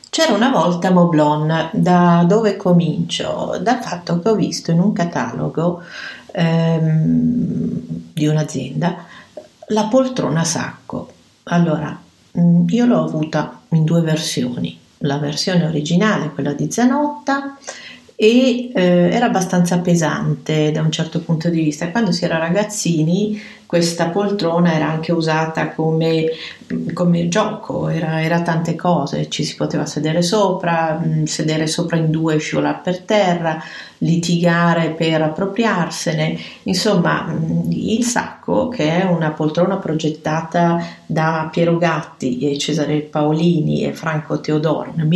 C'era una volta Moblon. Da dove comincio? Dal fatto che ho visto in un catalogo di un'azienda la poltrona sacco. Allora, io l'ho avuta in due versioni, la versione originale, quella di Zanotta, e era abbastanza pesante da un certo punto di vista. Quando si era ragazzini questa poltrona era anche usata come gioco, era tante cose, ci si poteva sedere sopra in due e scivolare per terra, litigare per appropriarsene. Insomma, il sacco, che è una poltrona progettata da Piero Gatti e Cesare Paolini e Franco Teodoro nel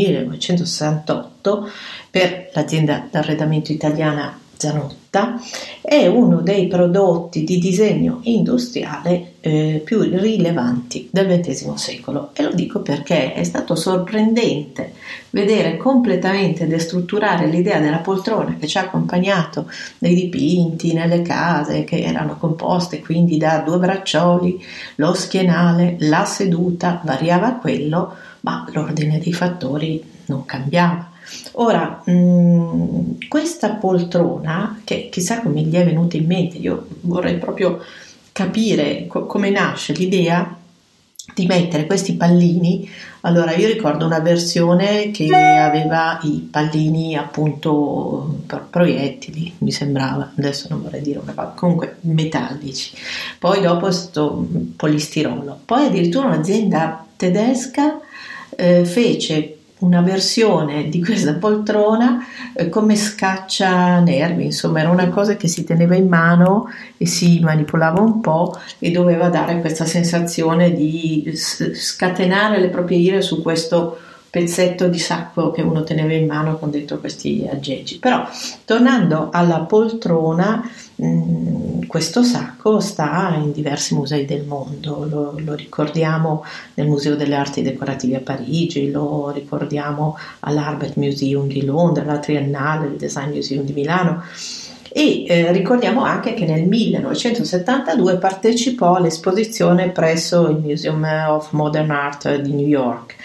1968 per l'azienda d'arredamento italiana Zanotta, è uno dei prodotti di disegno industriale più rilevanti del XX secolo, e lo dico perché è stato sorprendente vedere completamente destrutturare l'idea della poltrona che ci ha accompagnato nei dipinti, nelle case che erano composte quindi da due braccioli, lo schienale, la seduta, variava quello, ma l'ordine dei fattori non cambiava. Ora, questa poltrona, che chissà come gli è venuta in mente, io vorrei proprio capire come nasce l'idea di mettere questi pallini. Allora, io ricordo una versione che aveva i pallini appunto proiettili, mi sembrava, adesso non vorrei dire una cosa, comunque metallici, poi dopo sto polistirolo, poi addirittura un'azienda tedesca fece una versione di questa poltrona come scaccia nervi, insomma era una cosa che si teneva in mano e si manipolava un po' e doveva dare questa sensazione di scatenare le proprie ire su questo pezzetto di sacco che uno teneva in mano con dentro questi aggeggi. Però tornando alla poltrona, questo sacco sta in diversi musei del mondo, lo ricordiamo nel Museo delle Arti Decorative a Parigi, lo ricordiamo all'Arbet Museum di Londra, alla Triennale, il Design Museum di Milano, e ricordiamo anche che nel 1972 partecipò all'esposizione presso il Museum of Modern Art di New York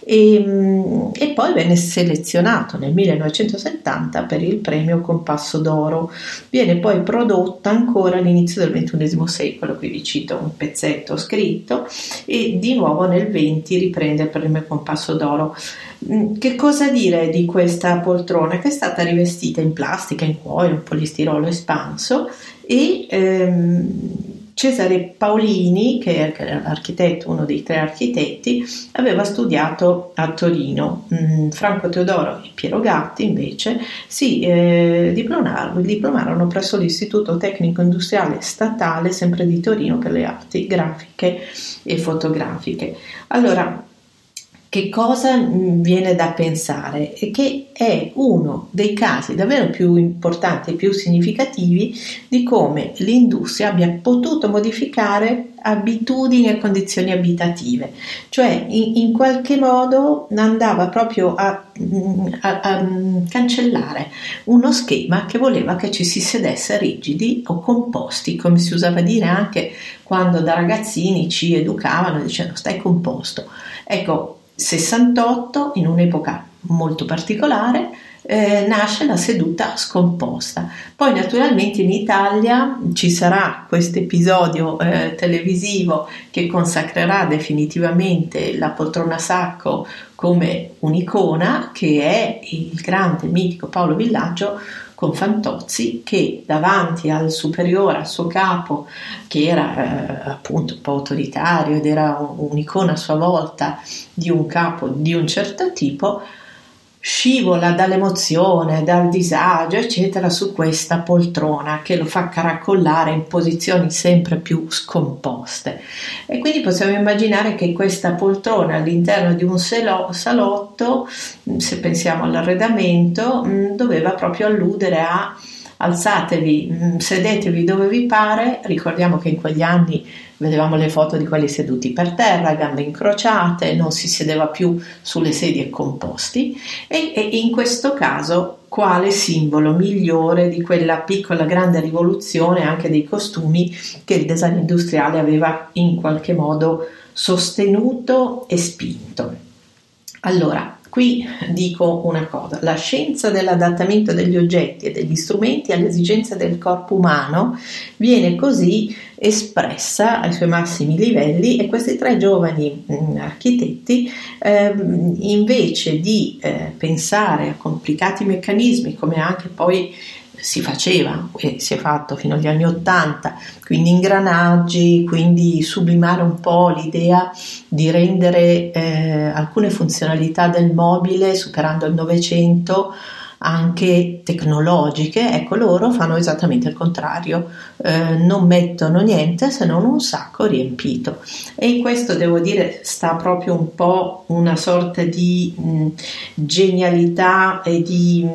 e poi venne selezionato nel 1970 per il premio Compasso d'Oro. Viene poi prodotta ancora all'inizio del XXI secolo, qui vi cito un pezzetto scritto, e di nuovo nel 20 riprende il premio Compasso d'Oro. Che cosa dire di questa poltrona? Che è stata rivestita in plastica, in cuoio, in polistirolo espanso, e Cesare Paolini, che era l'architetto, uno dei tre architetti, aveva studiato a Torino. Franco Teodoro e Piero Gatti invece si diplomarono presso l'Istituto Tecnico Industriale Statale, sempre di Torino, per le arti grafiche e fotografiche. Allora, che cosa viene da pensare? È che è uno dei casi davvero più importanti e più significativi di come l'industria abbia potuto modificare abitudini e condizioni abitative, cioè in qualche modo andava proprio a cancellare uno schema che voleva che ci si sedesse rigidi o composti, come si usava dire anche quando da ragazzini ci educavano dicendo stai composto. Ecco, 68, in un'epoca molto particolare, nasce la seduta scomposta. Poi naturalmente in Italia ci sarà questo episodio televisivo che consacrerà definitivamente la poltrona sacco come un'icona, che è il grande mitico Paolo Villaggio con Fantozzi, che davanti al superiore, al suo capo, che era appunto un po' autoritario ed era un'icona a sua volta di un capo di un certo tipo, scivola dall'emozione, dal disagio eccetera su questa poltrona che lo fa caracollare in posizioni sempre più scomposte, e quindi possiamo immaginare che questa poltrona all'interno di un salotto, se pensiamo all'arredamento, doveva proprio alludere a alzatevi, sedetevi dove vi pare. Ricordiamo che in quegli anni vedevamo le foto di quelli seduti per terra, gambe incrociate, non si sedeva più sulle sedie composti, e in questo caso quale simbolo migliore di quella piccola grande rivoluzione anche dei costumi che il design industriale aveva in qualche modo sostenuto e spinto. Allora, Qui dico una cosa: la scienza dell'adattamento degli oggetti e degli strumenti alle esigenze del corpo umano viene così espressa ai suoi massimi livelli, e questi tre giovani architetti invece di pensare a complicati meccanismi, come anche poi si faceva e si è fatto fino agli anni '80, quindi ingranaggi, quindi sublimare un po' l'idea di rendere alcune funzionalità del mobile, superando il Novecento, anche tecnologiche. Ecco, loro fanno esattamente il contrario, non mettono niente se non un sacco riempito, e in questo devo dire sta proprio un po' una sorta di genialità e di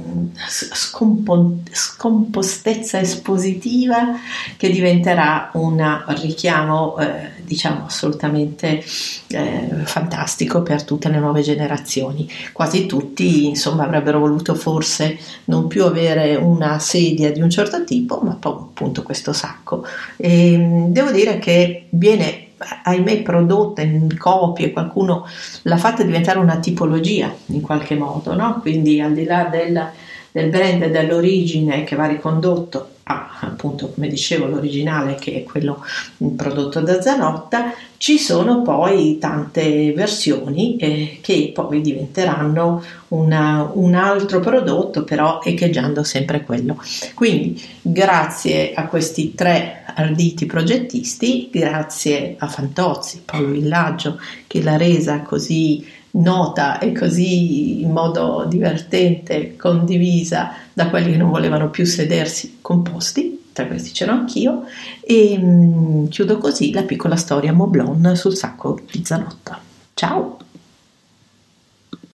scompostezza espositiva che diventerà un richiamo diciamo assolutamente fantastico per tutte le nuove generazioni. Quasi tutti insomma avrebbero voluto forse non più avere una sedia di un certo tipo, ma poi appunto questo sacco, e devo dire che viene ahimè prodotta in copie, qualcuno l'ha fatta diventare una tipologia in qualche modo, no? Quindi al di là del brand e dell'origine che va ricondotto a, appunto, come dicevo, l'originale, che è quello prodotto da Zanotta, ci sono poi tante versioni che poi diventeranno un altro prodotto, però echeggiando sempre quello. Quindi grazie a questi tre arditi progettisti, grazie a Fantozzi, Paolo Villaggio, che l'ha resa così nota e così in modo divertente condivisa da quelli che non volevano più sedersi composti, tra questi c'ero anch'io, e chiudo così la piccola storia Moblon sul sacco di Zanotta. Ciao!